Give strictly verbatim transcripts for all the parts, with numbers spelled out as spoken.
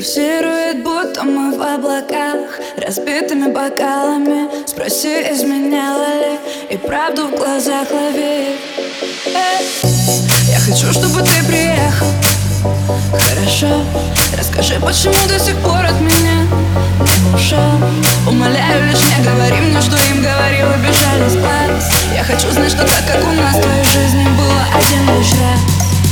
Пульсирует, будто мы в облаках, разбитыми бокалами. Спроси, изменяла ли, и правду в глазах лови. Эй, я хочу, чтобы ты приехал. Хорошо, расскажи, почему до сих пор от меня не ушел. Умоляю, лишь не говори мне, что им говорил, и бежали с глаз. Я хочу знать, что так, как у нас в твоей жизни было один лишь раз.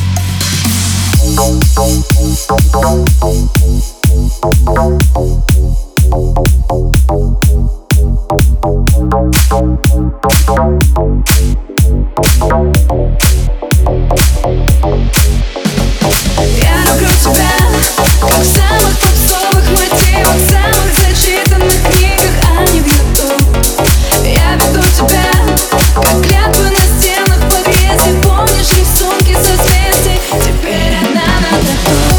Я люблю тебя, как в самых попсовых мотивах, в самых зачитанных книгах, а не в YouTube. Я веду тебя, как клятвы на стенах в подъезде. Помнишь рисунки созвездий? Теперь одна на тату.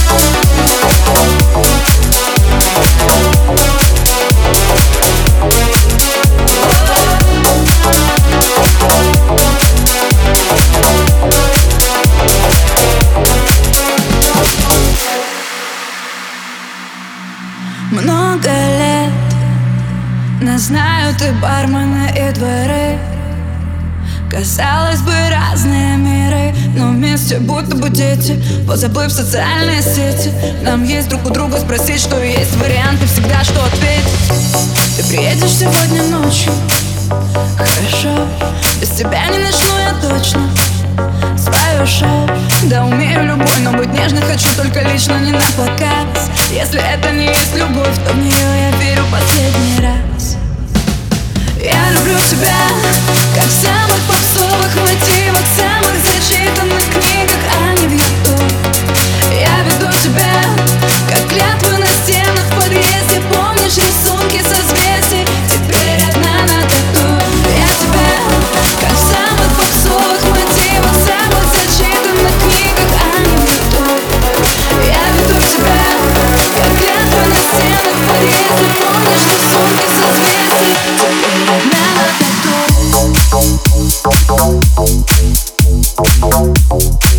Много лет нас знают и бармены, и дворы. Казалось бы, разные миры, но вместе будто бы дети, позабыв социальные сети. Нам есть друг у друга спросить, что есть варианты, всегда что ответить. Ты приедешь сегодня ночью? Хорошо, без тебя не начну я точно свое шоу. Да, умею любой, но быть нежной хочу только лично, не на показ. Если это не есть любовь, то в нее я верю последний раз. Я люблю тебя, как в самых попсовых мотивах, в самых зачитанных книгах, а не в YouTube. Я веду тебя, как клятвы на стенах в подъезде. Помнишь рисунки созвездий? Теперь одна на тату. Я тебя, как в самых попсовых мотивах, в самых зачитанных книгах, а не в YouTube. Я веду тебя, как клятвы на стенах в подъезде. Помнишь рисунки созвездий? Теперь одна на тату.